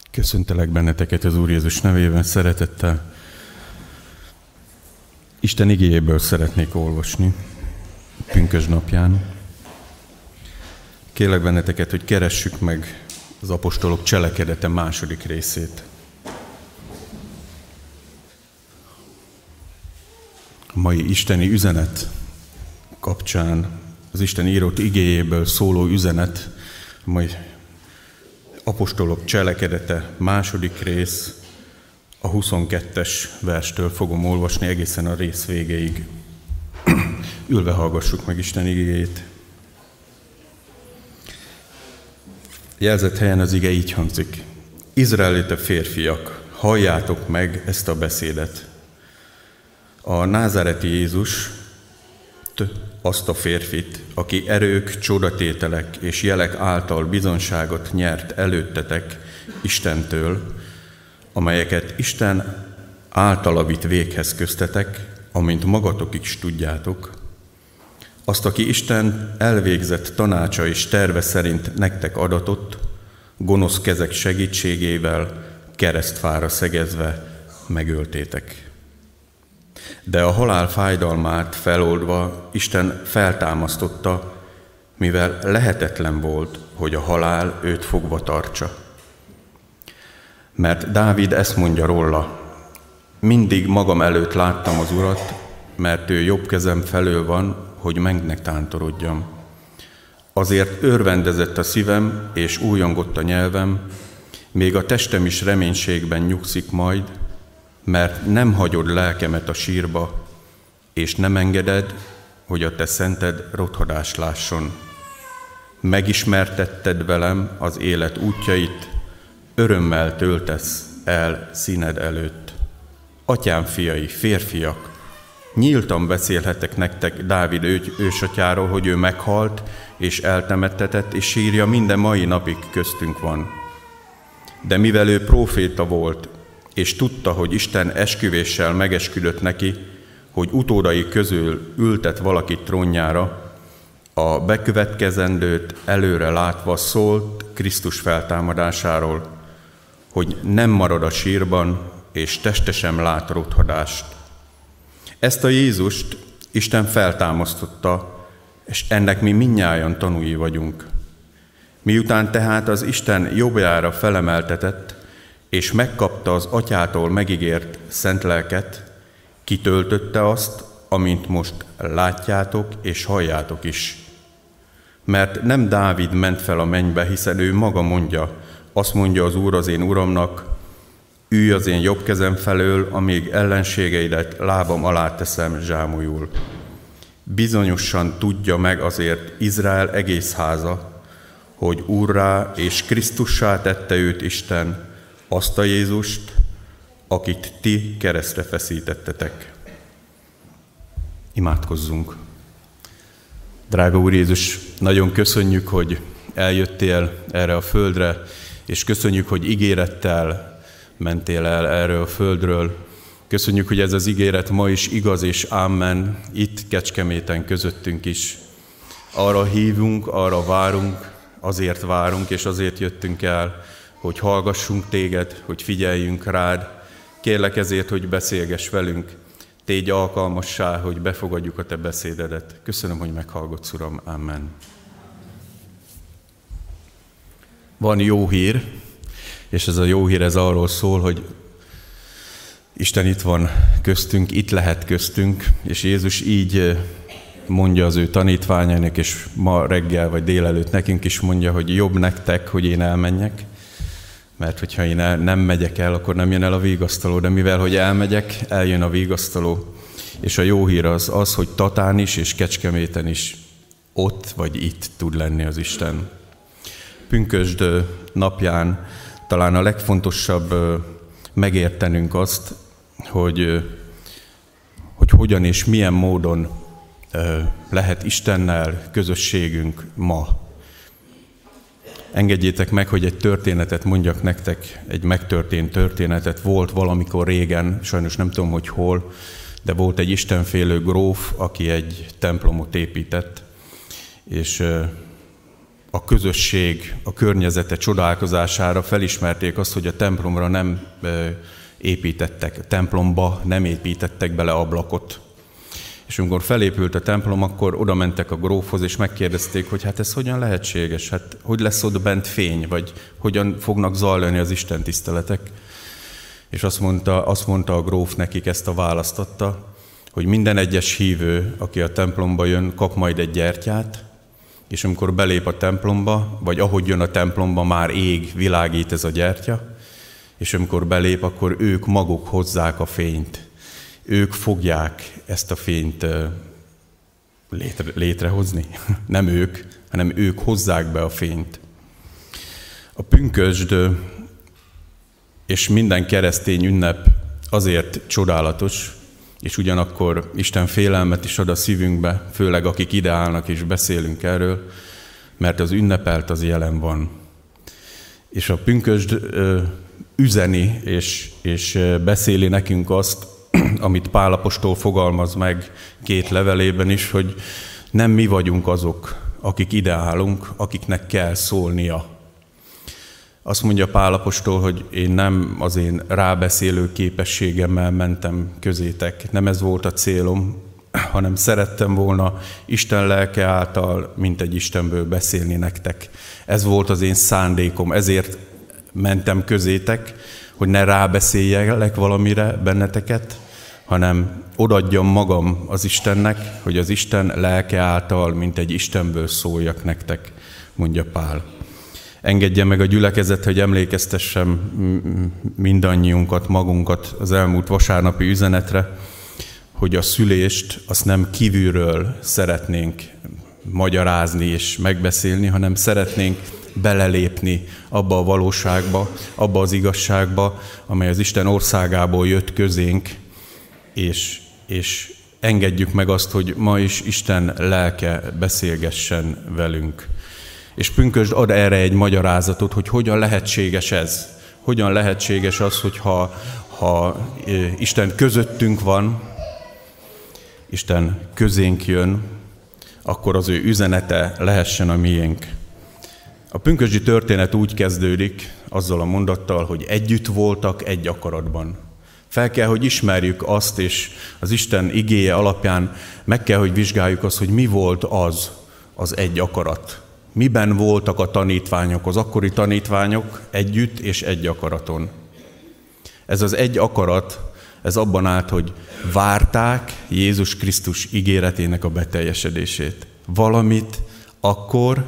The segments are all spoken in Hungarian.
Köszöntelek benneteket az Úr Jézus nevében, szeretettel. Isten igéjéből szeretnék olvasni pünkösd napján. Kérlek benneteket, hogy keressük meg az apostolok cselekedete második részét. A mai isteni üzenet kapcsán, az Isten írott igéjéből szóló üzenet, a mai apostolok cselekedete második rész, a 22-es verstől fogom olvasni egészen a rész végéig. Ülve hallgassuk meg Isten igéjét. Jelzett helyen az ige így hangzik. Izraelita férfiak, halljátok meg ezt a beszédet. A názáreti Jézus, azt a férfit, aki erők, csodatételek és jelek által bizonságot nyert előttetek Istentől, amelyeket Isten általa vitt véghez köztetek, amint magatok is tudjátok, azt, aki Isten elvégzett tanácsa és terve szerint nektek adatott, gonosz kezek segítségével keresztfára szegezve megöltétek. De a halál fájdalmát feloldva Isten feltámasztotta, mivel lehetetlen volt, hogy a halál őt fogva tartsa. Mert Dávid ezt mondja róla, mindig magam előtt láttam az Urat, mert ő jobb kezem felől van, hogy meg tántorodjam. Azért örvendezett a szívem, és újongott a nyelvem, még a testem is reménységben nyugszik majd, mert nem hagyod lelkemet a sírba, és nem engeded, hogy a te szented rothadást lásson. Megismertetted velem az élet útjait, örömmel töltesz el színed előtt. Atyám fiai, férfiak, nyíltan beszélhetek nektek Dávid ősatyáról, hogy ő meghalt és eltemettetett, és sírja minden mai napig köztünk van. De mivel ő próféta volt, és tudta, hogy Isten esküvéssel megesküdött neki, hogy utódai közül ültet valakit trónjára, a bekövetkezendőt előre látva szólt Krisztus feltámadásáról, hogy nem marad a sírban, és teste sem lát rothadást. Ezt a Jézust Isten feltámasztotta, és ennek mi mindnyájan tanúi vagyunk. Miután tehát az Isten jobbjára felemeltetett, és megkapta az Atyától megígért szent lelket, kitöltötte azt, amint most látjátok és halljátok is. Mert nem Dávid ment fel a mennybe, hiszen ő maga mondja, azt mondja az Úr az én Uramnak, ülj az én jobb kezem felől, amíg ellenségeidet lábam alá teszem zsámolyul. Bizonyosan tudja meg azért Izrael egész háza, hogy Úrrá és Krisztussá tette őt Isten, azt a Jézust, akit ti keresztre feszítettetek. Imádkozzunk! Drága Úr Jézus, nagyon köszönjük, hogy eljöttél erre a földre, és köszönjük, hogy ígérettel mentél el erről a földről. Köszönjük, hogy ez az ígéret ma is igaz és ámen, itt Kecskeméten közöttünk is. Arra hívunk, arra várunk, azért várunk, és azért jöttünk el, hogy hallgassunk téged, hogy figyeljünk rád. Kérlek ezért, hogy beszélgess velünk, tégy alkalmassá, hogy befogadjuk a te beszédedet. Köszönöm, hogy meghallgatsz, Uram. Amen. Van jó hír, és ez a jó hír ez arról szól, hogy Isten itt van köztünk, itt lehet köztünk, és Jézus így mondja az ő tanítványainak, és ma reggel vagy délelőtt nekünk is mondja, hogy jobb nektek, hogy én elmenjek, mert hogyha én nem megyek el, akkor nem jön el a vigasztaló, de mivel, hogy elmegyek, eljön a vigasztaló. És a jó hír az, hogy Tatán is és Kecskeméten is ott vagy itt tud lenni az Isten. Pünkösd napján talán a legfontosabb megértenünk azt, hogy hogyan és milyen módon lehet Istennel közösségünk ma. Engedjétek meg, hogy egy történetet mondjak nektek, egy megtörtént történetet. Volt valamikor régen, sajnos nem tudom, hogy hol, de volt egy istenfélő gróf, aki egy templomot épített, és a közösség, a környezete csodálkozására felismerték azt, hogy a templomra nem építettek, a templomba nem építettek bele ablakot. És amikor felépült a templom, akkor oda mentek a grófhoz, és megkérdezték, hogy hát ez hogyan lehetséges, hát hogy lesz ott bent fény, vagy hogyan fognak zajlani az istentiszteletek. És azt mondta a gróf nekik, ezt a választ adta, hogy minden egyes hívő, aki a templomba jön, kap majd egy gyertyát, és amikor belép a templomba, vagy ahogy jön a templomba, már ég, világít ez a gyertya, és amikor belép, akkor ők maguk hozzák a fényt. Ők fogják ezt a fényt létrehozni. Nem ők, hanem ők hozzák be a fényt. A pünkösd és minden keresztény ünnep azért csodálatos, és ugyanakkor Isten félelmet is ad a szívünkbe, főleg akik ide állnak és beszélünk erről, mert az ünnepelt az jelen van. És a pünkösd üzeni és beszéli nekünk azt, amit Pál apostol fogalmaz meg 2 levelében is, hogy nem mi vagyunk azok, akik ide állunk, akiknek kell szólnia. Azt mondja Pál apostol, hogy én nem az én rábeszélő képességemmel mentem közétek, nem ez volt a célom, hanem szerettem volna Isten lelke által, mint egy Istenből beszélni nektek. Ez volt az én szándékom, ezért mentem közétek, hogy ne rábeszéljelek valamire benneteket, hanem odaadjam magam az Istennek, hogy az Isten lelke által, mint egy Istenből szóljak nektek, mondja Pál. Engedje meg a gyülekezet, hogy emlékeztessem mindannyiunkat, magunkat az elmúlt vasárnapi üzenetre, hogy a szülést azt nem kívülről szeretnénk magyarázni és megbeszélni, hanem szeretnénk belelépni abba a valóságba, abba az igazságba, amely az Isten országából jött közénk, és engedjük meg azt, hogy ma is Isten lelke beszélgessen velünk. És pünkösd ad erre egy magyarázatot, hogy hogyan lehetséges ez. Hogyan lehetséges az, hogy ha Isten közöttünk van, Isten közénk jön, akkor az ő üzenete lehessen a miénk. A pünkösdi történet úgy kezdődik, azzal a mondattal, hogy együtt voltak egy akaratban. Fel kell, hogy ismerjük azt, és az Isten igéje alapján meg kell, hogy vizsgáljuk azt, hogy mi volt az egy akarat. Miben voltak a tanítványok, az akkori tanítványok együtt és egy akaraton. Ez az egy akarat, ez abban állt, hogy várták Jézus Krisztus ígéretének a beteljesedését. Valamit akkor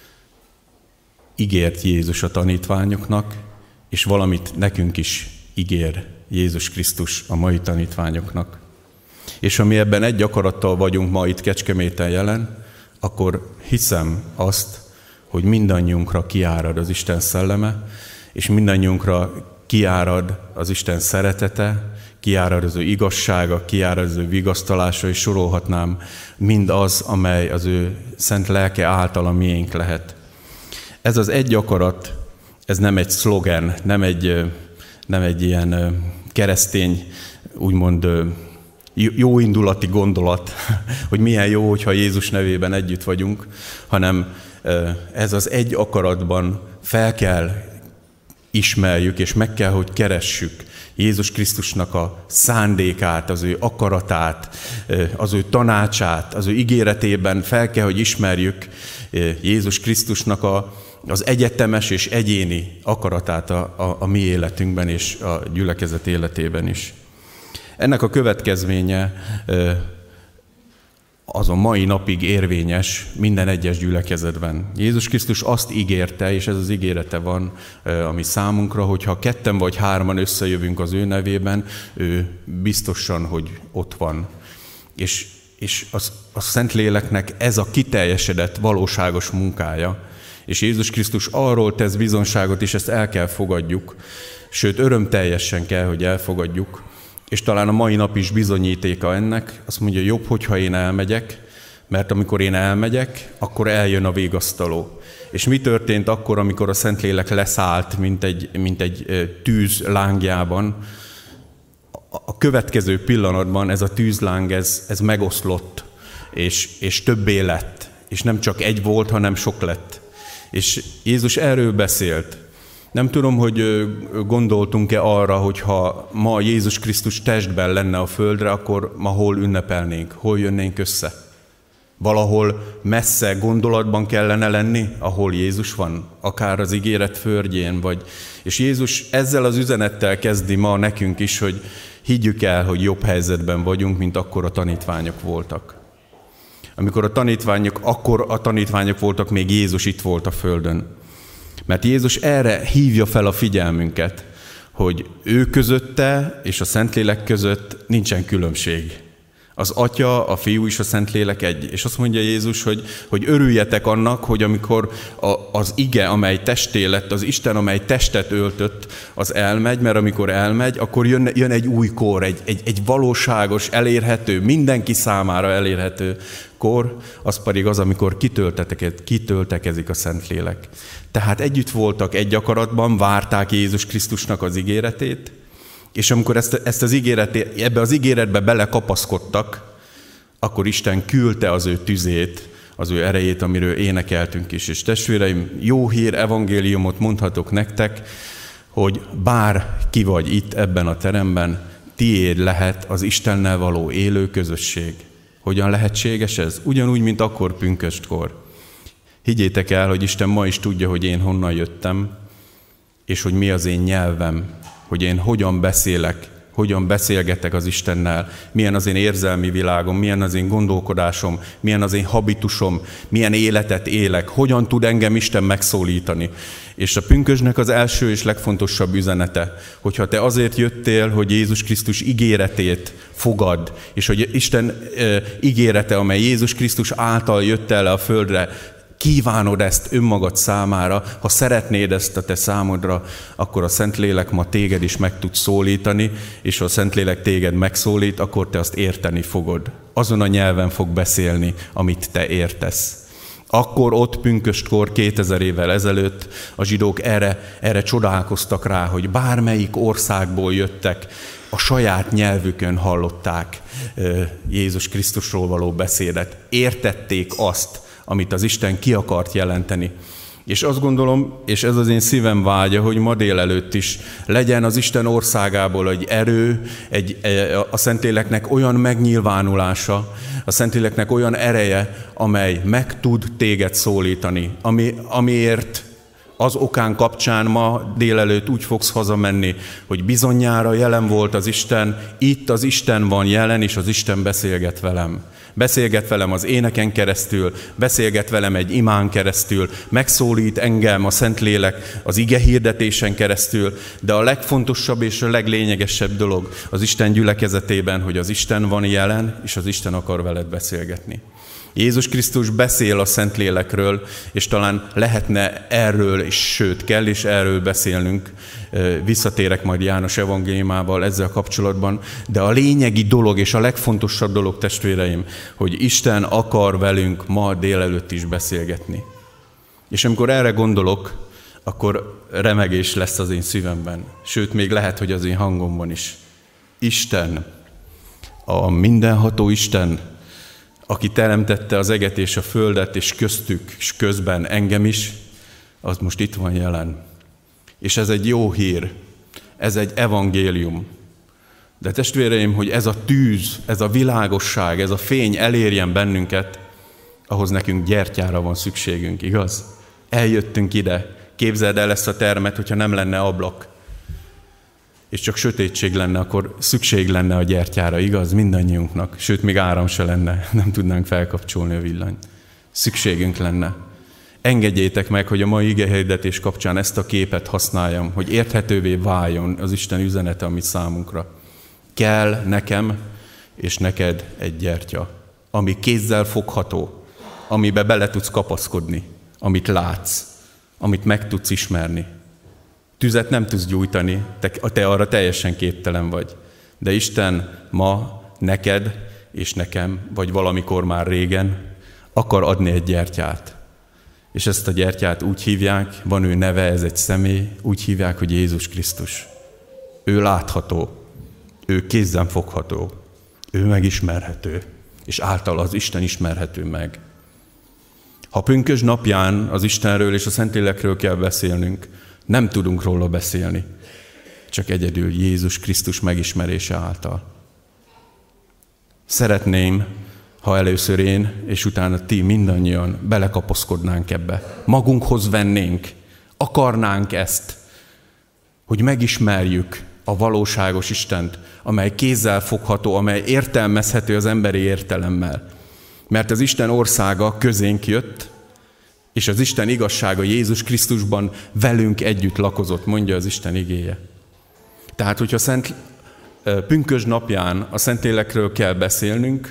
ígért Jézus a tanítványoknak, és valamit nekünk is ígér Jézus Krisztus a mai tanítványoknak. És ha mi ebben egy akarattal vagyunk ma itt Kecskeméten jelen, akkor hiszem azt, hogy mindannyiunkra kiárad az Isten szelleme, és mindannyiunkra kiárad az Isten szeretete, kiárad az ő igazsága, kiárad az ő vigasztalása, és sorolhatnám mindaz, amely az ő szent lelke által a miénk lehet. Ez az egy akarat, ez nem egy szlogen, nem egy ilyen keresztény, úgymond jó indulati gondolat, hogy milyen jó, hogyha Jézus nevében együtt vagyunk, hanem ez az egy akaratban fel kell ismerjük, és meg kell, hogy keressük Jézus Krisztusnak a szándékát, az ő akaratát, az ő tanácsát, az ő ígéretében fel kell, hogy ismerjük Jézus Krisztusnak az egyetemes és egyéni akaratát a mi életünkben és a gyülekezet életében is. Ennek a következménye az a mai napig érvényes minden egyes gyülekezetben. Jézus Krisztus azt ígérte, és ez az ígérete van ami számunkra, hogy ha 2 vagy 3 összejövünk az ő nevében, ő biztosan, hogy ott van. És a Szentléleknek ez a kiteljesedett, valóságos munkája. És Jézus Krisztus arról tesz bizonságot, és ezt el kell fogadjuk, sőt örömteljesen kell, hogy elfogadjuk, és talán a mai nap is bizonyítéka ennek, azt mondja, jobb, hogyha én elmegyek, mert amikor én elmegyek, akkor eljön a végasztaló. És mi történt akkor, amikor a Szentlélek leszállt, mint egy tűz lángjában? A következő pillanatban ez a tűzláng, ez megoszlott, és többé lett. És nem csak egy volt, hanem sok lett. És Jézus erről beszélt. Nem tudom, hogy gondoltunk-e arra, hogy ha ma Jézus Krisztus testben lenne a földre, akkor ma hol ünnepelnénk, hol jönnénk össze. Valahol messze gondolatban kellene lenni, ahol Jézus van, akár az ígéret földjén, és Jézus ezzel az üzenettel kezdi ma nekünk is, hogy higgyük el, hogy jobb helyzetben vagyunk, mint akkor a tanítványok voltak. Amikor akkor a tanítványok voltak, még Jézus itt volt a földön. Mert Jézus erre hívja fel a figyelmünket, hogy ő közötte és a Szentlélek között nincsen különbség. Az Atya, a Fiú és a Szentlélek egy. És azt mondja Jézus, hogy örüljetek annak, hogy amikor az ige, amely testé lett, az Isten, amely testet öltött, az elmegy, mert amikor elmegy, akkor jön egy új kor, egy valóságos, elérhető, mindenki számára elérhető kor, az pedig az, amikor kitöltekezik a Szentlélek. Tehát együtt voltak egy akaratban, várták Jézus Krisztusnak az ígéretét, és amikor ezt az ebbe az ígéretbe belekapaszkodtak, akkor Isten küldte az ő tüzét, az ő erejét, amiről énekeltünk is. És testvéreim, jó hír, evangéliumot mondhatok nektek, hogy bár ki vagy itt ebben a teremben, tiéd lehet az Istennel való élő közösség. Hogyan lehetséges ez? Ugyanúgy, mint akkor pünköstkor. Higgyétek el, hogy Isten ma is tudja, hogy én honnan jöttem, és hogy mi az én nyelvem, hogy én hogyan beszélek, hogyan beszélgetek az Istennel, milyen az én érzelmi világom, milyen az én gondolkodásom, milyen az én habitusom, milyen életet élek, hogyan tud engem Isten megszólítani. És a pünkösdnek az első és legfontosabb üzenete, hogyha te azért jöttél, hogy Jézus Krisztus ígéretét fogadd, és hogy Isten ígérete, amely Jézus Krisztus által jött el a földre, kívánod ezt önmagad számára, ha szeretnéd ezt a te számodra, akkor a Szentlélek ma téged is meg tud szólítani, és ha a Szentlélek téged megszólít, akkor te azt érteni fogod. Azon a nyelven fog beszélni, amit te értesz. Akkor ott pünköstkor 2000 évvel ezelőtt a zsidók erre csodálkoztak rá, hogy bármelyik országból jöttek, a saját nyelvükön hallották Jézus Krisztusról való beszédet. Értették azt, amit az Isten ki akart jelenteni. És azt gondolom, és ez az én szívem vágya, hogy ma délelőtt is legyen az Isten országából egy erő, a Szentléleknek olyan megnyilvánulása, a Szentléleknek olyan ereje, amely meg tud téged szólítani, amiért az okán kapcsán ma délelőtt úgy fogsz hazamenni, hogy bizonyára jelen volt az Isten, itt az Isten van jelen, és az Isten beszélget velem. Beszélget velem az éneken keresztül, beszélget velem egy imán keresztül, megszólít engem a Szentlélek az ige hirdetésen keresztül, de a legfontosabb és a leglényegesebb dolog az Isten gyülekezetében, hogy az Isten van jelen, és az Isten akar veled beszélgetni. Jézus Krisztus beszél a Szentlélekről, és talán lehetne erről, és sőt, kell is erről beszélnünk, visszatérek majd János evangéliumával ezzel kapcsolatban, de a lényegi dolog és a legfontosabb dolog, testvéreim, hogy Isten akar velünk ma délelőtt is beszélgetni. És amikor erre gondolok, akkor remegés lesz az én szívemben, sőt, még lehet, hogy az én hangomban is. Isten, a mindenható Isten, aki teremtette az eget és a földet, és köztük, és közben engem is, az most itt van jelen. És ez egy jó hír, ez egy evangélium. De testvéreim, hogy ez a tűz, ez a világosság, ez a fény elérjen bennünket, ahhoz nekünk gyertyára van szükségünk, igaz? Eljöttünk ide, képzeld el ezt a termet, hogyha nem lenne ablak, és csak sötétség lenne, akkor szükség lenne a gyertyára, igaz? Mindannyiunknak. Sőt, még áram se lenne, nem tudnánk felkapcsolni a villanyt. Szükségünk lenne. Engedjétek meg, hogy a mai igehirdetés kapcsán ezt a képet használjam, hogy érthetővé váljon az Isten üzenete a mi számunkra. Kell nekem és neked egy gyertya, ami kézzel fogható, amibe bele tudsz kapaszkodni, amit látsz, amit meg tudsz ismerni. Tüzet nem tudsz gyújtani, te arra teljesen képtelen vagy. De Isten ma neked és nekem, vagy valamikor már régen akar adni egy gyertyát. És ezt a gyertyát úgy hívják, van ő neve, ez egy személy, úgy hívják, hogy Jézus Krisztus. Ő látható, ő Ha pünkösd napján az Istenről és a Szentlélekről kell beszélnünk, nem tudunk róla beszélni, csak egyedül Jézus Krisztus megismerése által. Szeretném, ha először én, és utána ti mindannyian belekapaszkodnánk ebbe. Magunkhoz vennénk, akarnánk ezt, hogy megismerjük a valóságos Istent, amely kézzel fogható, amely értelmezhető az emberi értelemmel. Mert az Isten országa közénk jött, és az Isten igazsága Jézus Krisztusban velünk együtt lakozott, mondja az Isten igéje. Tehát, hogyha pünkösd napján a Szentlélekről kell beszélnünk,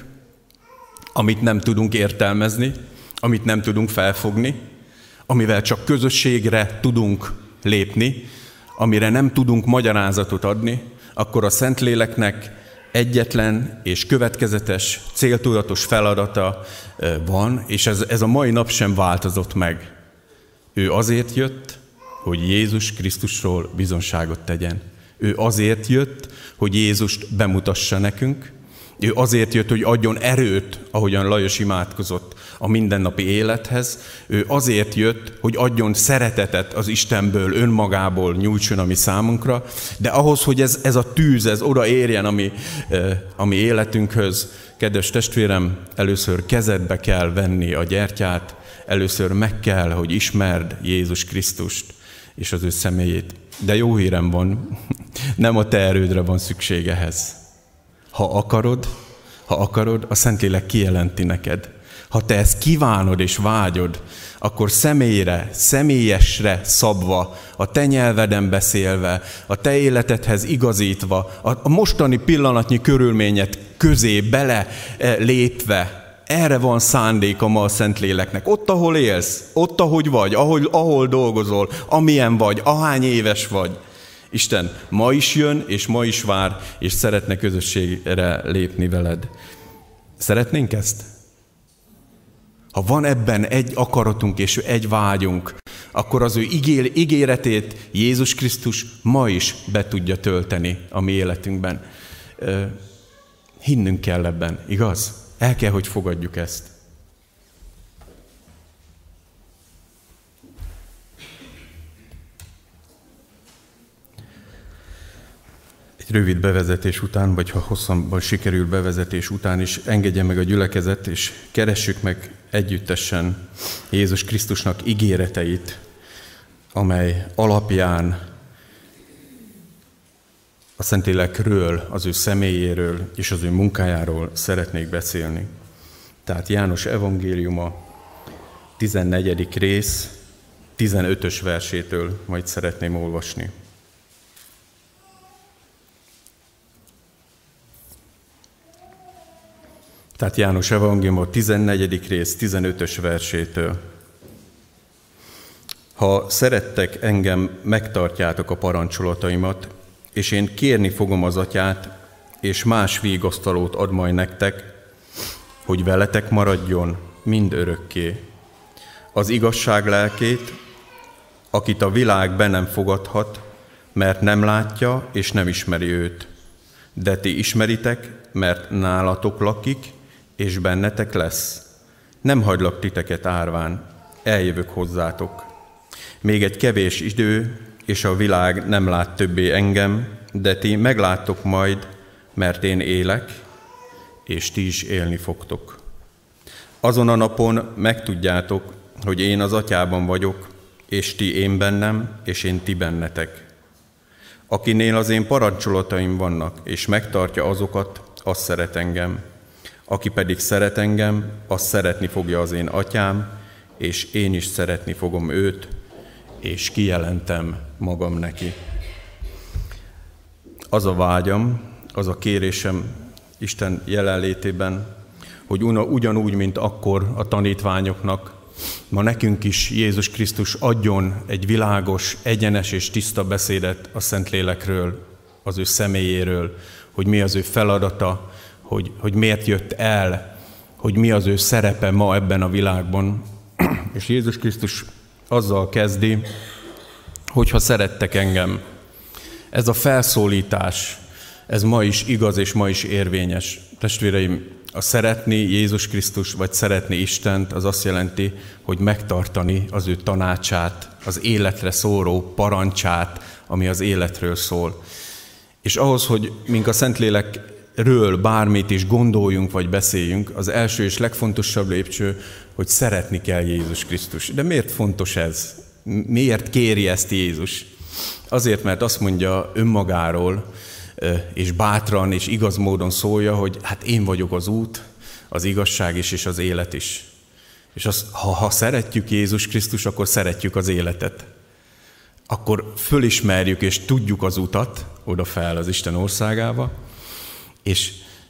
amit nem tudunk értelmezni, amit nem tudunk felfogni, amivel csak közösségre tudunk lépni, amire nem tudunk magyarázatot adni, akkor a Szentléleknek egyetlen és következetes, céltudatos feladata van, és ez a mai nap sem változott meg. Ő azért jött, hogy Jézus Krisztusról bizonságot tegyen. Ő azért jött, hogy Jézust bemutassa nekünk. Ő azért jött, hogy adjon erőt, ahogyan Lajos imádkozott, a mindennapi élethez. Ő azért jött, hogy adjon szeretetet az Istenből, önmagából nyújtson a mi számunkra, de ahhoz, hogy ez a tűz, ez odaérjen a mi életünkhöz, kedves testvérem, először kezedbe kell venni a gyertyát, először meg kell, hogy ismerd Jézus Krisztust és az ő személyét. De jó hírem van, nem a te erődre van szükség ehhez. Ha akarod, a Szentlélek kijelenti neked. Ha te ezt kívánod és vágyod, akkor személyesre szabva, a te nyelveden beszélve, a te életedhez igazítva, a mostani pillanatnyi körülményed közé bele lépve, erre van szándéka ma a Szentléleknek. Ott, ahol élsz, ott, ahogy vagy, ahol dolgozol, amilyen vagy, ahány éves vagy. Isten ma is jön, és ma is vár, és szeretne közösségre lépni veled. Szeretnénk ezt? Ha van ebben egy akaratunk és egy vágyunk, akkor az ő ígéretét Jézus Krisztus ma is be tudja tölteni a mi életünkben. Hinnünk kell ebben, igaz? El kell, hogy fogadjuk ezt. Egy rövid bevezetés után, vagy ha hosszabban sikerül bevezetés után is, engedje meg a gyülekezet, és keressük meg együttesen Jézus Krisztusnak ígéreteit, amely alapján a Szentlélekről, az ő személyéről és az ő munkájáról szeretnék beszélni. Tehát János evangéliuma 14. rész 15-ös versétől majd szeretném olvasni. Tehát János evangéliuma 14. rész 15-ös versétől. Ha szerettek engem, megtartjátok a parancsolataimat, és én kérni fogom az Atyát, és más vigasztalót ad majd nektek, hogy veletek maradjon mind örökké. Az igazság lelkét, akit a világ be nem fogadhat, mert nem látja és nem ismeri őt. De ti ismeritek, mert nálatok lakik, és bennetek lesz. Nem hagylak titeket árván, eljövök hozzátok. Még egy kevés idő, és a világ nem lát többé engem, de ti megláttok majd, mert én élek, és ti is élni fogtok. Azon a napon megtudjátok, hogy én az Atyában vagyok, és ti én bennem, és én ti bennetek. Akinél az én parancsolataim vannak, és megtartja azokat, az szeret engem. Aki pedig szeret engem, az szeretni fogja az én Atyám, és én is szeretni fogom őt, és kijelentem magam neki. Az a vágyam, az a kérésem Isten jelenlétében, hogy ugyanúgy, mint akkor a tanítványoknak, ma nekünk is Jézus Krisztus adjon egy világos, egyenes és tiszta beszédet a Szentlélekről, az ő személyéről, hogy mi az ő feladata, hogy miért jött el, hogy mi az ő szerepe ma ebben a világban. És Jézus Krisztus azzal kezdi, hogy ha szerettek engem. Ez a felszólítás, ez ma is igaz és ma is érvényes. Testvéreim, A szeretni Jézus Krisztus, vagy szeretni Istent, az azt jelenti, hogy megtartani az ő tanácsát, az életre szóló parancsát, ami az életről szól. És ahhoz, hogy mink a Szentlélekről bármit is gondoljunk, vagy beszéljünk, az első és legfontosabb lépcső, hogy szeretni kell Jézus Krisztus. De miért fontos ez? Miért kéri ezt Jézus? Azért, mert azt mondja önmagáról, és bátran és igaz módon szólja, hogy hát én vagyok az út, az igazság is, és az élet is. És ha szeretjük Jézus Krisztus, akkor szeretjük az életet. Akkor fölismerjük és tudjuk az utat oda fel az Isten országába, és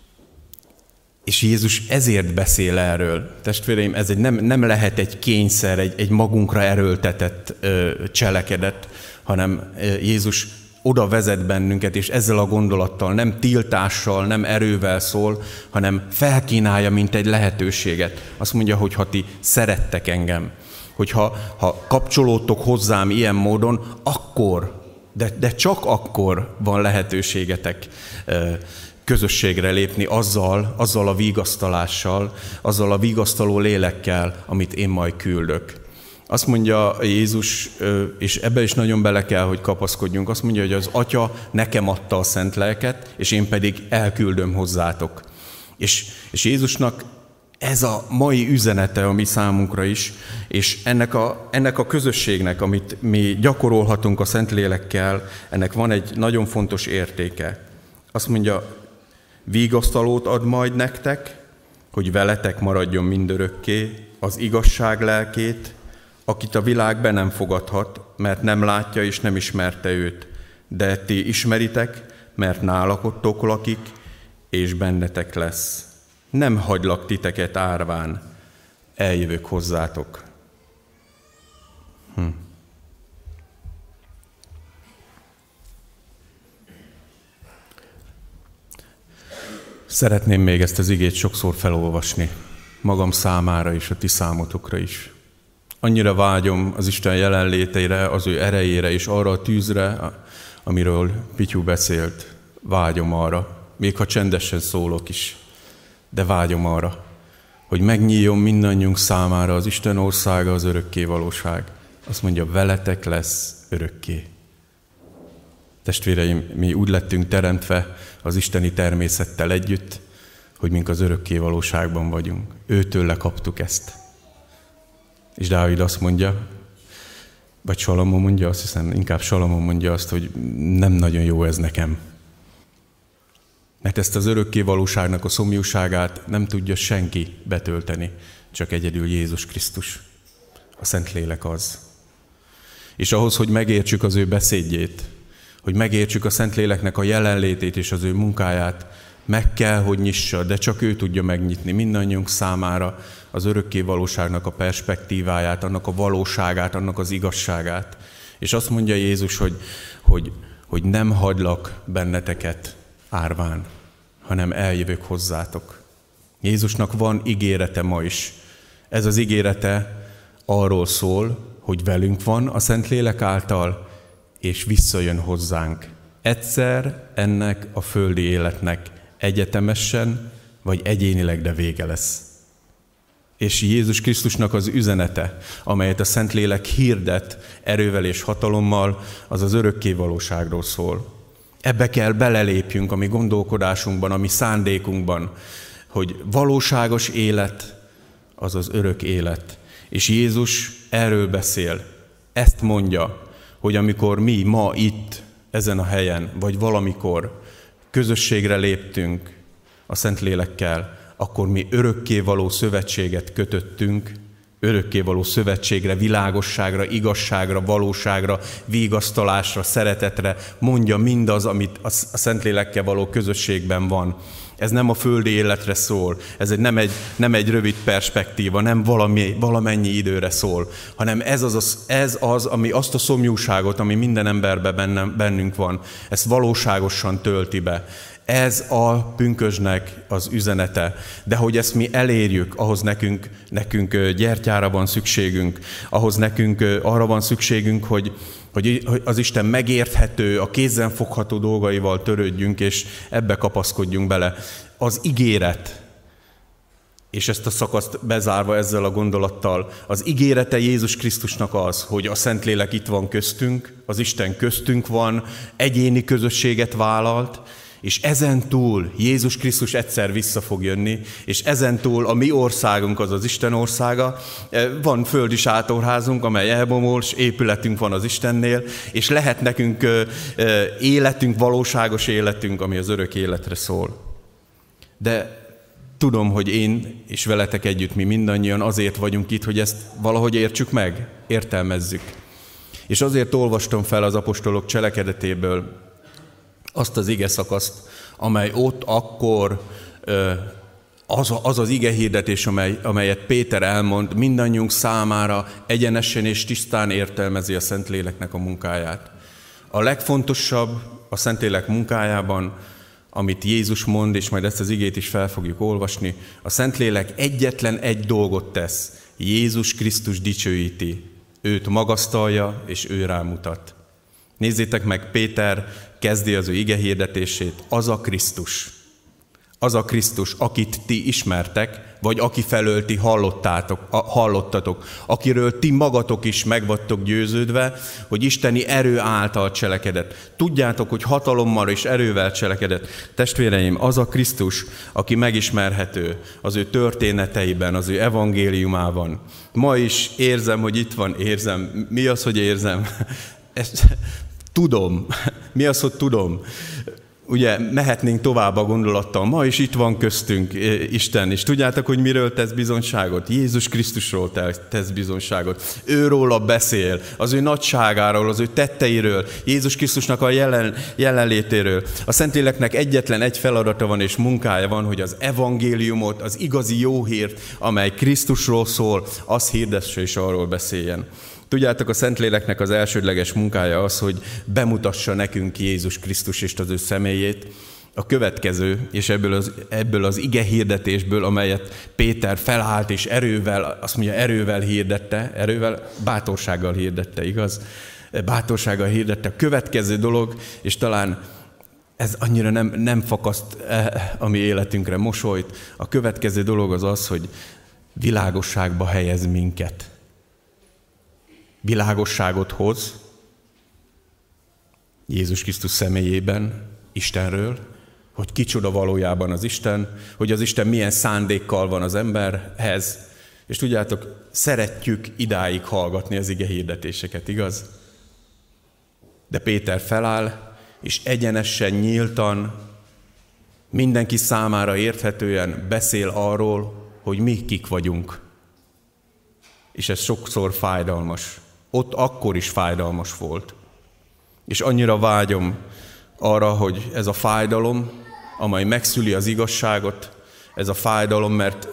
Jézus ezért beszél erről. Testvéreim, ez nem lehet egy kényszer, egy magunkra erőltetett cselekedet, hanem Jézus oda vezet bennünket, és ezzel a gondolattal nem tiltással, nem erővel szól, hanem felkínálja, mint egy lehetőséget. Azt mondja, hogy ha ti szerettek engem, hogyha kapcsolódtok hozzám ilyen módon, akkor, de csak akkor van lehetőségetek közösségre lépni azzal a vigasztalással, azzal a vigasztaló lélekkel, amit én majd küldök. Azt mondja Jézus, és ebbe is nagyon bele kell, hogy kapaszkodjunk, azt mondja, hogy az Atya nekem adta a szent lelket, és én pedig elküldöm hozzátok. És Jézusnak ez a mai üzenete a mi számunkra is, és ennek a közösségnek, amit mi gyakorolhatunk a Szentlélekkel, ennek van egy nagyon fontos értéke. Azt mondja, vigasztalót ad majd nektek, hogy veletek maradjon mindörökké az igazság lelkét, akit a világ be nem fogadhat, mert nem látja és nem ismerte őt, de ti ismeritek, mert nálatok lakik, és bennetek lesz. Nem hagylak titeket árván, eljövök hozzátok. Szeretném még ezt az igét sokszor felolvasni, magam számára és a ti számotokra is. Annyira vágyom az Isten jelenlétére, az ő erejére és arra a tűzre, amiről Pityu beszélt. Vágyom arra, még ha csendesen szólok is, de vágyom arra, hogy megnyíljon mindannyiunk számára az Isten országa, az örökké valóság. Azt mondja, veletek lesz örökké. Testvéreim, mi úgy lettünk teremtve az isteni természettel együtt, hogy mink az örökké valóságban vagyunk. Őtőle kaptuk ezt. És Dávid azt mondja, vagy Salamon mondja, azt hiszem, inkább Salamon mondja azt, hogy nem nagyon jó ez nekem. Mert ezt az örökké valóságnak a szomjúságát nem tudja senki betölteni, csak egyedül Jézus Krisztus. A Szentlélek az. És ahhoz, hogy megértsük az ő beszédjét, hogy megértsük a Szentléleknek a jelenlétét és az ő munkáját, meg kell, hogy nyissa, de csak ő tudja megnyitni mindannyiunk számára az örökké valóságnak a perspektíváját, annak a valóságát, annak az igazságát. És azt mondja Jézus, hogy nem hagylak benneteket árván, hanem eljövök hozzátok. Jézusnak van ígérete ma is. Ez az ígérete arról szól, hogy velünk van a Szentlélek által, és visszajön hozzánk. Egyszer ennek a földi életnek egyetemesen, vagy egyénileg, de vége lesz. És Jézus Krisztusnak az üzenete, amelyet a Szentlélek hirdet erővel és hatalommal, az az örökké valóságról szól. Ebbe kell belelépjünk a mi gondolkodásunkban, a mi szándékunkban, hogy valóságos élet, az az örök élet. És Jézus erről beszél. Ezt mondja, hogy amikor mi ma itt, ezen a helyen, vagy valamikor közösségre léptünk a Szentlélekkel, akkor mi örökkévaló szövetséget kötöttünk, örökkévaló szövetségre, világosságra, igazságra, valóságra, vigasztalásra, szeretetre, mondja mindaz, amit a Szentlélekkel való közösségben van. Ez nem a földi életre szól, ez nem egy rövid perspektíva, nem valamennyi időre szól, hanem ez az, ami azt a szomjúságot, ami minden emberben bennünk van, ezt valóságosan tölti be. Ez a pünkösdnek az üzenete. De hogy ezt mi elérjük, ahhoz nekünk gyertyára van szükségünk, ahhoz nekünk arra van szükségünk, hogy az Isten megérthető, a kézzelfogható dolgaival törődjünk, és ebbe kapaszkodjunk bele. Az ígéret, És ezt a szakaszt bezárva ezzel a gondolattal, az ígérete Jézus Krisztusnak az, hogy a Szentlélek itt van köztünk, az Isten köztünk van, egyéni közösséget vállalt, és ezen túl Jézus Krisztus egyszer vissza fog jönni, és ezen túl a mi országunk az az Isten országa, van földi sátorházunk, amely elbomol, és épületünk van az Istennél, és lehet nekünk életünk, valóságos életünk, ami az örök életre szól. De tudom, hogy én és veletek együtt mi mindannyian azért vagyunk itt, hogy ezt valahogy értsük meg, értelmezzük. És azért olvastam fel az apostolok cselekedetéből azt az ige szakaszt, amely ott akkor az ige hirdetés, amelyet Péter elmond, mindannyiunk számára egyenesen és tisztán értelmezi a Szentléleknek a munkáját. A legfontosabb a Szentlélek munkájában, amit Jézus mond, és majd ezt az igét is fel fogjuk olvasni, a Szentlélek egyetlen egy dolgot tesz, Jézus Krisztus dicsőíti, őt magasztalja, és ő rámutat. Nézzétek meg, Péter kezdi az ő igehirdetését, az a Krisztus, akit ti ismertek, vagy aki felől ti hallottatok, akiről ti magatok is meg vagytok győződve, hogy isteni erő által cselekedett. Tudjátok, hogy hatalommal és erővel cselekedett. Testvéreim, az a Krisztus, aki megismerhető az ő történeteiben, az ő evangéliumában. Ma is érzem, hogy itt van, érzem. Mi az, hogy érzem? Ezt tudom. Mi az, hogy tudom? Ugye mehetnénk tovább a gondolattal. Ma is itt van köztünk Isten, és tudjátok, hogy miről tesz bizonyságot? Jézus Krisztusról tesz bizonyságot. Őróla beszél, az ő nagyságáról, az ő tetteiről, Jézus Krisztusnak a jelenlétéről. A Szentléleknek egyetlen egy feladata van és munkája van, hogy az evangéliumot, az igazi jó hírt, amely Krisztusról szól, az hirdesse és arról beszéljen. Tudjátok, a Szentléleknek az elsődleges munkája az, hogy bemutassa nekünk Jézus Krisztus és az ő személyét. A következő, és ebből az ige hirdetésből, amelyet Péter felállt és erővel, azt mondja, erővel hirdette, bátorsággal hirdette, igaz? Bátorsággal hirdette. A következő dolog, és talán ez annyira nem fakaszt a mi életünkre mosolyt, a következő dolog az az, hogy világosságba helyez minket. Világosságot hoz Jézus Krisztus személyében, Istenről, hogy kicsoda valójában az Isten, hogy az Isten milyen szándékkal van az emberhez, és tudjátok, szeretjük idáig hallgatni az ige hirdetéseket, igaz? De Péter feláll, és egyenesen, nyíltan, mindenki számára érthetően beszél arról, hogy mi kik vagyunk. És ez sokszor fájdalmas. Ott akkor is fájdalmas volt. És annyira vágyom arra, hogy ez a fájdalom, amely megszüli az igazságot, ez a fájdalom, mert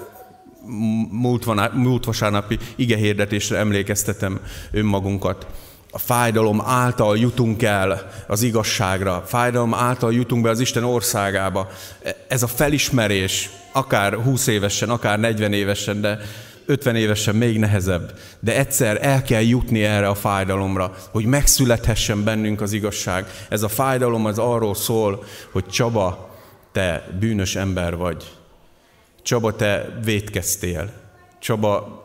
múlt vasárnapi igehirdetésre emlékeztetem önmagunkat. A fájdalom által jutunk el az igazságra, fájdalom által jutunk be az Isten országába. Ez a felismerés, akár 20 évesen, akár 40 évesen, de 50 évesen még nehezebb, de egyszer el kell jutni erre a fájdalomra, hogy megszülethessen bennünk az igazság. Ez a fájdalom az arról szól, hogy Csaba, te bűnös ember vagy. Csaba, te vétkeztél. Csaba,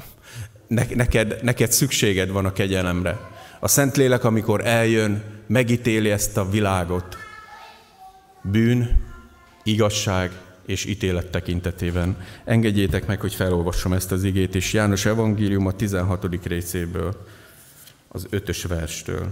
neked szükséged van a kegyelemre. A Szentlélek, amikor eljön, megítéli ezt a világot. Bűn, igazság és ítélet tekintetében. Engedjétek meg, hogy felolvassam ezt az igét is. János evangélium a 16. részéből, az 5. verstől.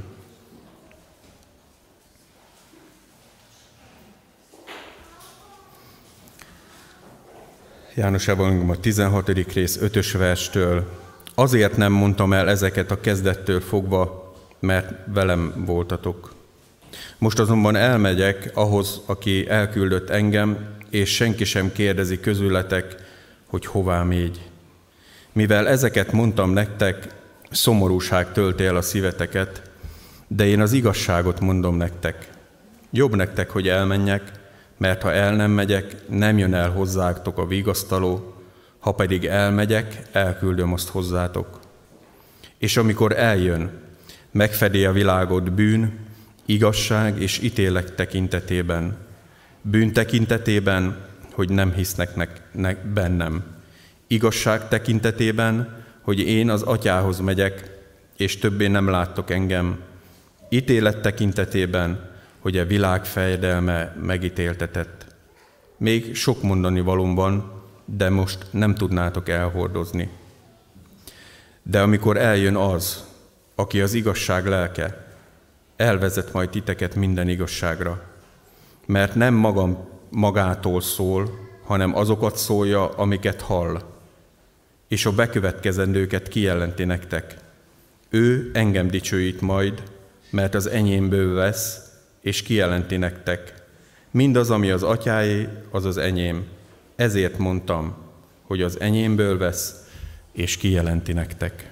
János evangélium a 16. rész 5. verstől. Azért nem mondtam el ezeket a kezdettől fogva, mert velem voltatok. Most azonban elmegyek ahhoz, aki elküldött engem, és senki sem kérdezi közületek, hogy hová mégy. Mivel ezeket mondtam nektek, szomorúság tölti el a szíveteket, de én az igazságot mondom nektek. Jobb nektek, hogy elmenjek, mert ha el nem megyek, nem jön el hozzátok a vigasztaló, ha pedig elmegyek, elküldöm azt hozzátok. És amikor eljön, megfedi a világot bűn, igazság és ítélet tekintetében. Bűn tekintetében, hogy nem hisznek bennem. igazság tekintetében, hogy én az Atyához megyek, és többé nem láttok engem, ítélet tekintetében, hogy a világ fejedelme megítéltetett. Még sok mondani valóm van, de most nem tudnátok elhordozni. De amikor eljön az, aki az igazság lelke, elvezet majd titeket minden igazságra, mert nem magától szól, hanem azokat szólja, amiket hall, és a bekövetkezendőket kijelenti nektek. Ő engem dicsőít majd, mert az enyémből vesz, és kijelenti nektek. Mindaz, ami az Atyáé, az az enyém. Ezért mondtam, hogy az enyémből vesz, és kijelenti nektek.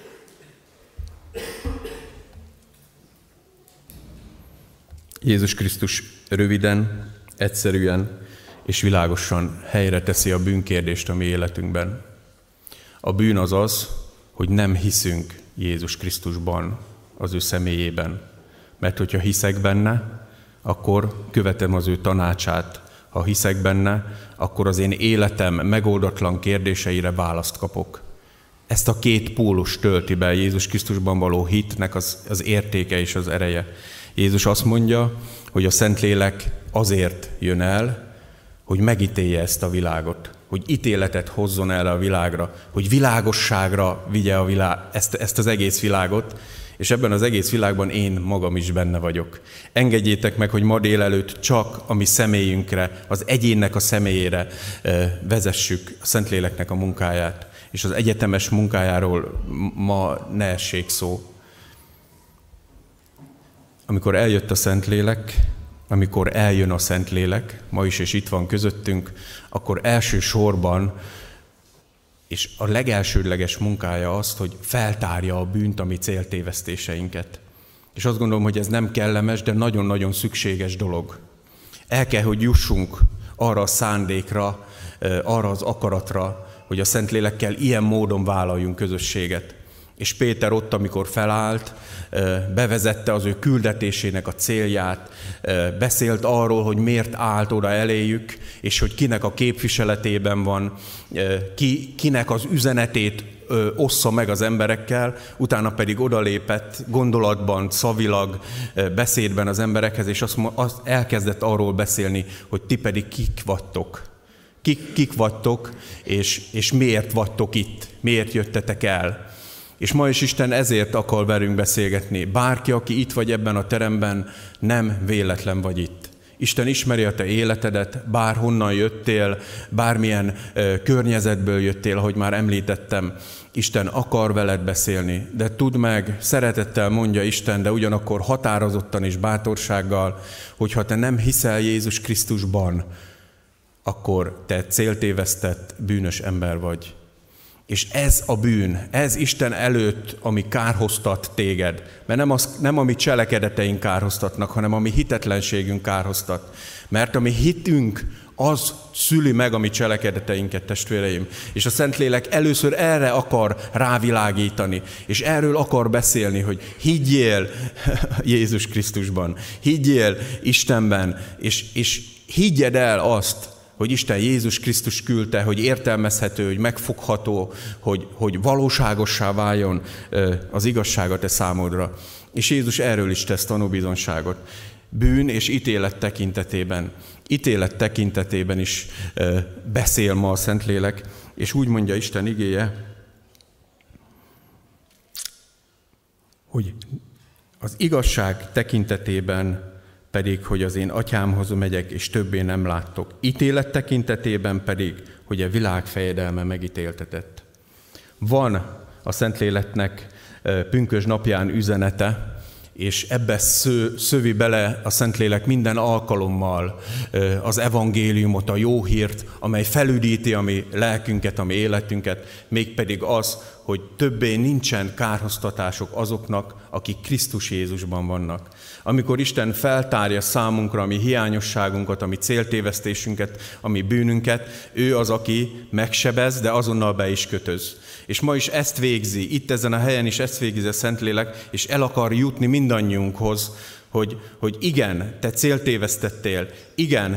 Jézus Krisztus röviden, egyszerűen és világosan helyre teszi a bűnkérdést a mi életünkben. A bűn az az, hogy nem hiszünk Jézus Krisztusban, az ő személyében. Mert hogyha hiszek benne, akkor követem az ő tanácsát. Ha hiszek benne, akkor az én életem megoldatlan kérdéseire választ kapok. Ezt a két pólus tölti be Jézus Krisztusban való hitnek az értéke és az ereje. Jézus azt mondja, hogy a Szentlélek azért jön el, hogy megítélje ezt a világot, hogy ítéletet hozzon el a világra, hogy világosságra vigye ezt az egész világot, és ebben az egész világban én magam is benne vagyok. Engedjétek meg, hogy ma délelőtt csak a mi személyünkre, az egyénnek a személyére vezessük a Szentléleknek a munkáját, és az egyetemes munkájáról ma ne essék szó. Amikor eljött a Szentlélek, amikor eljön a Szentlélek, ma is és itt van közöttünk, akkor elsősorban, és a legelsődleges munkája az, hogy feltárja a bűnt, a mi céltévesztéseinket. És azt gondolom, hogy ez nem kellemes, de nagyon-nagyon szükséges dolog. El kell, hogy jussunk arra a szándékra, arra az akaratra, hogy a Szentlélekkel ilyen módon vállaljunk közösséget. És Péter ott, amikor felállt, bevezette az ő küldetésének a célját, beszélt arról, hogy miért állt oda eléjük, és hogy kinek a képviseletében van, kinek az üzenetét ossza meg az emberekkel, utána pedig odalépett gondolatban, szavilag, beszédben az emberekhez, és azt elkezdett arról beszélni, hogy ti pedig kik vagytok. Kik vagytok, és miért vagytok itt, miért jöttetek el. És ma is Isten ezért akar velünk beszélgetni. Bárki, aki itt vagy ebben a teremben, nem véletlen vagy itt. Isten ismeri a te életedet, bárhonnan jöttél, bármilyen környezetből jöttél, ahogy már említettem. Isten akar veled beszélni, de tudd meg, szeretettel mondja Isten, de ugyanakkor határozottan és bátorsággal, hogyha te nem hiszel Jézus Krisztusban, akkor te céltévesztett, bűnös ember vagy. És ez a bűn, ez Isten előtt, ami kárhoztat téged. Mert nem a mi cselekedeteink kárhoztatnak, hanem a mi hitetlenségünk kárhoztat. Mert a mi hitünk, az szüli meg a mi cselekedeteinket, testvéreim. És a Szentlélek először erre akar rávilágítani, és erről akar beszélni, hogy higgyél Jézus Krisztusban, higgyél Istenben, és higgyed el azt, hogy Isten Jézus Krisztus küldte, hogy értelmezhető, hogy megfogható, hogy valóságossá váljon az igazság a te számodra. És Jézus erről is tesz tanúbizonyságot. Bűn és ítélet tekintetében is beszél ma a Szentlélek, és úgy mondja Isten igéje, hogy az igazság tekintetében pedig, hogy az én atyámhoz megyek, és többé nem láttok. Ítélet tekintetében pedig, hogy a világ fejedelme megítéltetett. Van a Szentléleknek pünkösd napján üzenete, és ebbe szövi bele a Szentlélek minden alkalommal az evangéliumot, a jó hírt, amely felüdíti a mi lelkünket, a mi életünket, mégpedig az, hogy többé nincsen kárhoztatások azoknak, akik Krisztus Jézusban vannak. Amikor Isten feltárja számunkra a mi hiányosságunkat, a mi céltévesztésünket, a mi bűnünket, ő az, aki megsebez, de azonnal be is kötöz. És ma is ezt végzi, itt ezen a helyen is ezt végzi a Szentlélek, és el akar jutni mindannyiunkhoz, hogy igen, te céltévesztettél, igen,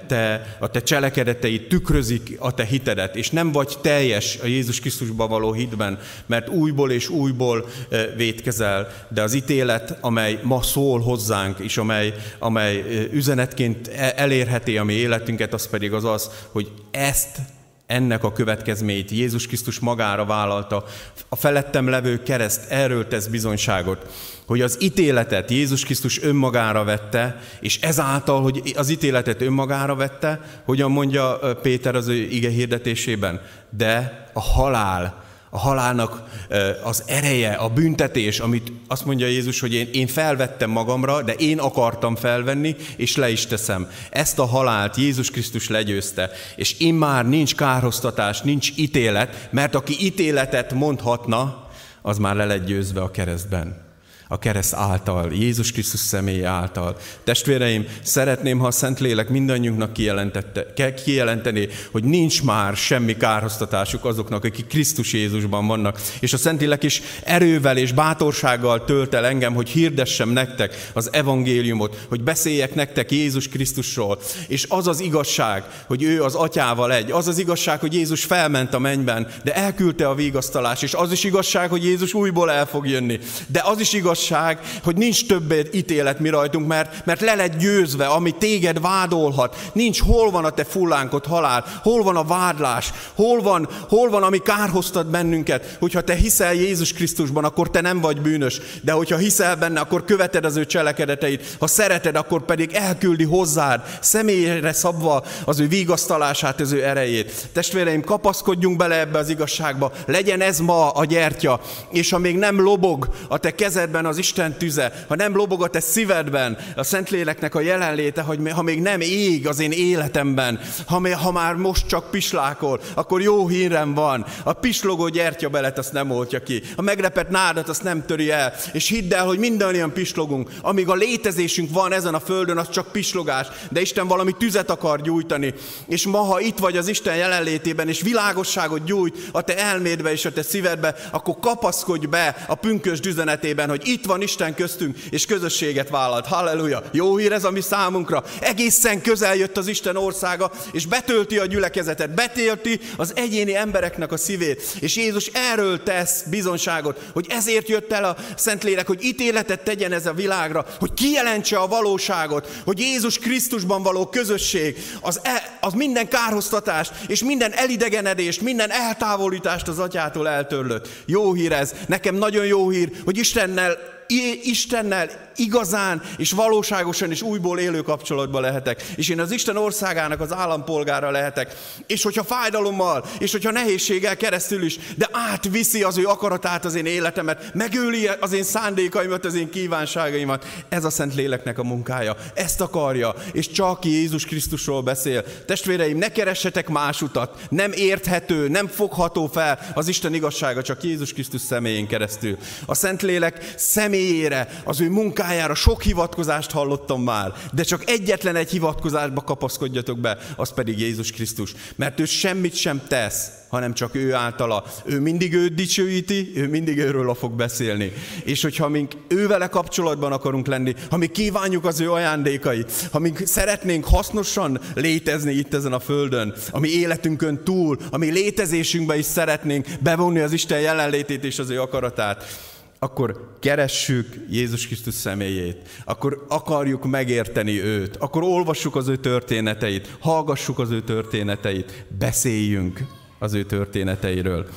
a te cselekedeteid tükrözik a te hitedet, és nem vagy teljes a Jézus Krisztusban való hitben, mert újból és újból vétkezel, de az ítélet, amely ma szól hozzánk, és amely üzenetként elérheti a mi életünket, az pedig az, hogy ennek a következményét Jézus Krisztus magára vállalta. A felettem levő kereszt erről tesz bizonyságot, hogy az ítéletet Jézus Krisztus önmagára vette, és ezáltal, hogy az ítéletet önmagára vette, hogyan mondja Péter az ő ige hirdetésében, de a halálnak az ereje, a büntetés, amit azt mondja Jézus, hogy én felvettem magamra, de én akartam felvenni, és le is teszem. Ezt a halált Jézus Krisztus legyőzte, és immár nincs kárhoztatás, nincs ítélet, mert aki ítéletet mondhatna, az már le lett győzve a keresztben. A kereszt által, Jézus Krisztus személye által. Testvéreim, szeretném, ha a Szentlélek mindannyiunknak kijelenteni, hogy nincs már semmi kárhoztatásuk azoknak, akik Krisztus Jézusban vannak. És a Szentlélek is erővel és bátorsággal tölt el engem, hogy hirdessem nektek az evangéliumot, hogy beszéljek nektek Jézus Krisztusról. És az az igazság, hogy ő az Atyával egy. Az az igazság, hogy Jézus felment a mennyben, de elküldte a vigasztalást. És az is igazság, hogy Jézus újból el fog jönni. De az is igazság, hogy nincs többé ítélet mi rajtunk, mert le lett győzve, ami téged vádolhat. Nincs, hol van a te fullánkod, halál, hol van a vádlás, hol van, ami kárhoztat bennünket. Hogyha te hiszel Jézus Krisztusban, akkor te nem vagy bűnös, de hogyha hiszel benne, akkor követed az ő cselekedeteit. Ha szereted, akkor pedig elküldi hozzád, személyre szabva az ő vigasztalását, az ő erejét. Testvéreim, kapaszkodjunk bele ebbe az igazságba, legyen ez ma a gyertya, és ha még nem lobog a te kezedben az Isten tüze, ha nem lobog a te szívedben a Szentléleknek a jelenléte, ha még nem ég az én életemben, ha már most csak pislákol, akkor jó hírem van. A pislogó gyertyabelet azt nem oltja ki. A megrepett nádat azt nem töri el. És hidd el, hogy mindannyian pislogunk. Amíg a létezésünk van ezen a földön, az csak pislogás. De Isten valami tüzet akar gyújtani. És ma, ha itt vagy az Isten jelenlétében, és világosságot gyújt a te elmédbe és a te szívedbe, akkor kapaszkodj be a pünkösd üzenetében, hogy itt van Isten köztünk, és közösséget vállalt. Halleluja! Jó hír ez a mi számunkra. Egészen közel jött az Isten országa, és betölti a gyülekezetet, betölti az egyéni embereknek a szívét. És Jézus erről tesz bizonyságot, hogy ezért jött el a Szentlélek, hogy ítéletet tegyen ez a világra, hogy kijelentse a valóságot, hogy Jézus Krisztusban való közösség, az minden kárhoztatást, és minden elidegenedést, minden eltávolítást az Atyától eltörlött. Jó hír ez. Nekem nagyon jó hír, hogy Istennel igazán és valóságosan és újból élő kapcsolatban lehetek. És én az Isten országának az állampolgára lehetek. És hogyha fájdalommal, és hogyha nehézséggel keresztül is, de átviszi az ő akaratát az én életemet, megöli az én szándékaimat, az én kívánságaimat. Ez a Szentléleknek a munkája. Ezt akarja, és csak Jézus Krisztusról beszél. Testvéreim, ne keressetek más utat. Nem érthető, nem fogható fel az Isten igazsága, csak Jézus Krisztus személyén keresztül. A Szentlélek személyére, az ő munkájára sok hivatkozást hallottam már, de csak egyetlen egy hivatkozásba kapaszkodjatok be, az pedig Jézus Krisztus. Mert ő semmit sem tesz, hanem csak ő általa. Ő mindig őt dicsőíti, ő mindig őről fog beszélni. És hogyha mink ővele kapcsolatban akarunk lenni, ha mi kívánjuk az ő ajándékait, ha mink szeretnénk hasznosan létezni itt ezen a földön, a mi életünkön túl, a mi létezésünkbe is szeretnénk bevonni az Isten jelenlétét és az ő akaratát, akkor keressük Jézus Krisztus személyét, akkor akarjuk megérteni őt, akkor olvassuk az ő történeteit, hallgassuk az ő történeteit, beszéljünk az ő történeteiről.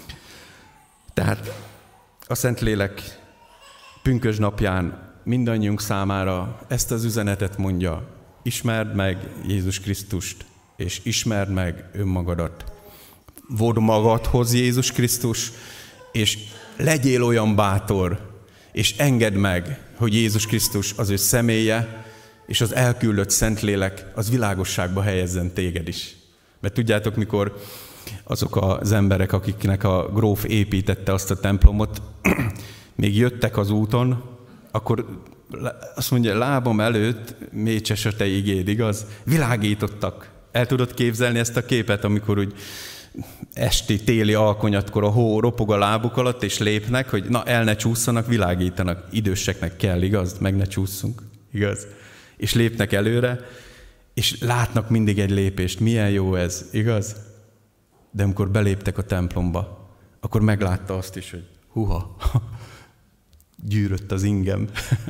Tehát a Szentlélek pünkösd napján mindannyiunk számára ezt az üzenetet mondja: ismerd meg Jézus Krisztust, és ismerd meg önmagadat. Vodd magadhoz Jézus Krisztus, és legyél olyan bátor, és engedd meg, hogy Jézus Krisztus, az ő személye, és az elküldött Szentlélek az világosságba helyezzen téged is. Mert tudjátok, mikor azok az emberek, akiknek a gróf építette azt a templomot, még jöttek az úton, akkor azt mondja, lábam előtt mécses a te igéd, igaz? Világítottak. El tudod képzelni ezt a képet, amikor úgy esti téli alkonyatkor a hó ropog a lábuk alatt, és lépnek, hogy na, el ne csússzanak, világítanak. Időseknek kell, igaz? Meg ne csúszunk, igaz? És lépnek előre, és látnak mindig egy lépést. Milyen jó ez, igaz? De amikor beléptek a templomba, akkor meglátta azt is, hogy huha, gyűrött az ingem.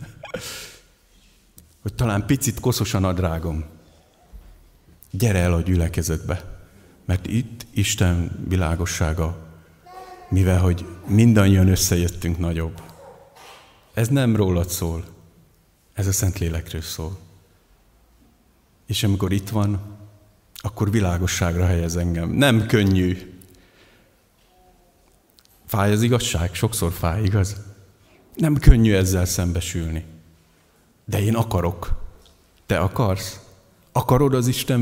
Hogy talán picit koszos a nadrágom. Gyere el a gyülekezetbe, mert itt Isten világossága, mivel hogy mindannyian összejöttünk, nagyobb. Ez nem rólad szól, ez a Szentlélekről szól. És amikor itt van, akkor világosságra helyez engem. Nem könnyű. Fáj az igazság? Sokszor fáj, igaz? Nem könnyű ezzel szembesülni. De én akarok. Te akarsz? Akarod az Isten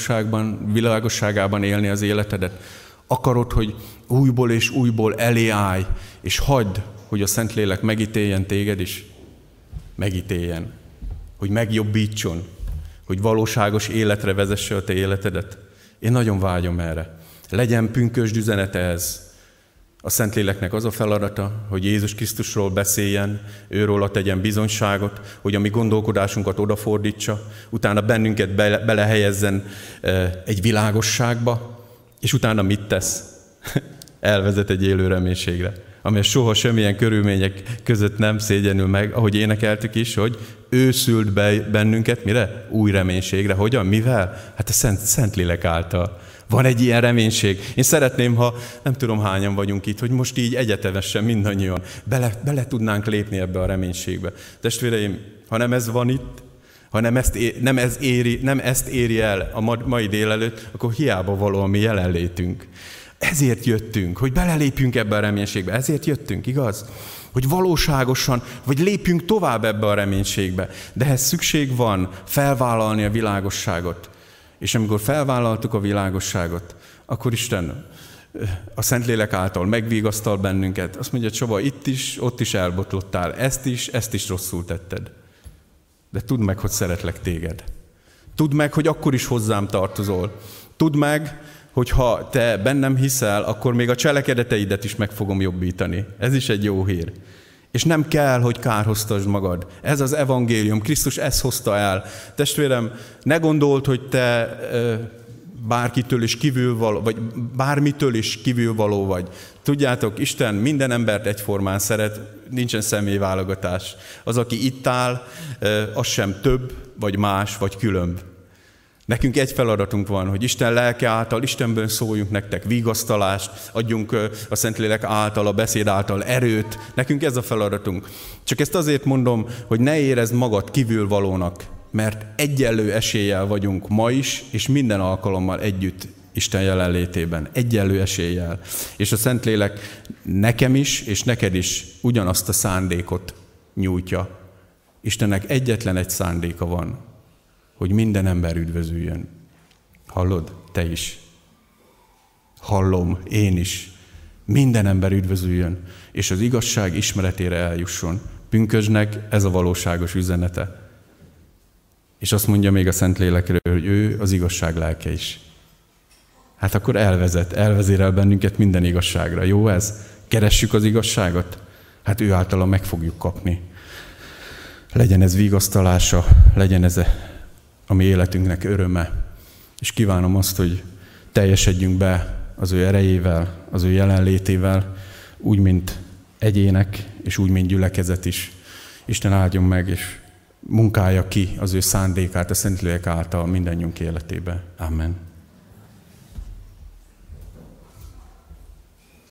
világosságában élni az életedet? Akarod, hogy újból és újból elé állj, és hagyd, hogy a Szentlélek megítéljen téged is? Megítéljen. Hogy megjobbítson. Hogy valóságos életre vezesse a te életedet. Én nagyon vágyom erre. Legyen pünkösd üzenete ez. A Szentléleknek az a feladata, hogy Jézus Krisztusról beszéljen, őróla tegyen bizonyságot, hogy a mi gondolkodásunkat odafordítsa, utána bennünket belehelyezzen egy világosságba, és utána mit tesz? Elvezet egy élő reménységre, amely soha semmilyen körülmények között nem szégyenül meg, ahogy énekeltük is, hogy ő szült be bennünket, mire? Új reménységre. Hogyan? Mivel? Hát a Szentlélek által. Van egy ilyen reménység. Én szeretném, ha nem tudom hányan vagyunk itt, hogy most így egyetemesen mindannyian bele tudnánk lépni ebbe a reménységbe. Testvéreim, ha nem ez van itt, ha nem ezt éri el a mai délelőtt, akkor hiába való a mi jelenlétünk. Ezért jöttünk, hogy belelépjünk ebbe a reménységbe. Ezért jöttünk, igaz? Hogy valóságosan, vagy lépjünk tovább ebbe a reménységbe. De ehhez szükség van felvállalni a világosságot. És amikor felvállaltuk a világosságot, akkor Isten a Szentlélek által megvigasztal bennünket. Azt mondja, Csaba, itt is, ott is elbotlottál, ezt is rosszul tetted. De tudd meg, hogy szeretlek téged. Tudd meg, hogy akkor is hozzám tartozol. Tudd meg, hogy ha te bennem hiszel, akkor még a cselekedeteidet is meg fogom jobbítani. Ez is egy jó hír. És nem kell, hogy kárhoztasd magad. Ez az evangélium. Krisztus ezt hozta el. Testvérem, ne gondold, hogy te bárkitől is kívülvaló, vagy bármitől is kívülvaló vagy. Tudjátok, Isten minden embert egyformán szeret, nincsen személyválogatás. Az, aki itt áll, az sem több, vagy más, vagy különb. Nekünk egy feladatunk van, hogy Isten lelke által, Istenből szóljunk nektek vigasztalást, adjunk a Szentlélek által, a beszéd által erőt. Nekünk ez a feladatunk. Csak ezt azért mondom, hogy ne érezd magad kívülvalónak, mert egyenlő eséllyel vagyunk ma is, és minden alkalommal együtt Isten jelenlétében. Egyenlő eséllyel. És a Szentlélek nekem is, és neked is ugyanazt a szándékot nyújtja. Istennek egyetlen egy szándéka van, hogy minden ember üdvözüljön. Hallod? Te is. Hallom, én is. Minden ember üdvözüljön, és az igazság ismeretére eljusson. Pünkösdnek ez a valóságos üzenete. És azt mondja még a Szentlélekről, hogy ő az igazság lelke is. Hát akkor elvezérel bennünket minden igazságra. Jó ez? Keressük az igazságot? Hát ő általa meg fogjuk kapni. Legyen ez vigasztalása, legyen ez a mi életünknek öröme. És kívánom azt, hogy teljesedjünk be az ő erejével, az ő jelenlétével, úgy, mint egyének, és úgy, mint gyülekezet is. Isten áldjon meg, és munkálja ki az ő szándékát a Szentlélek által mindannyiunk életébe. Amen.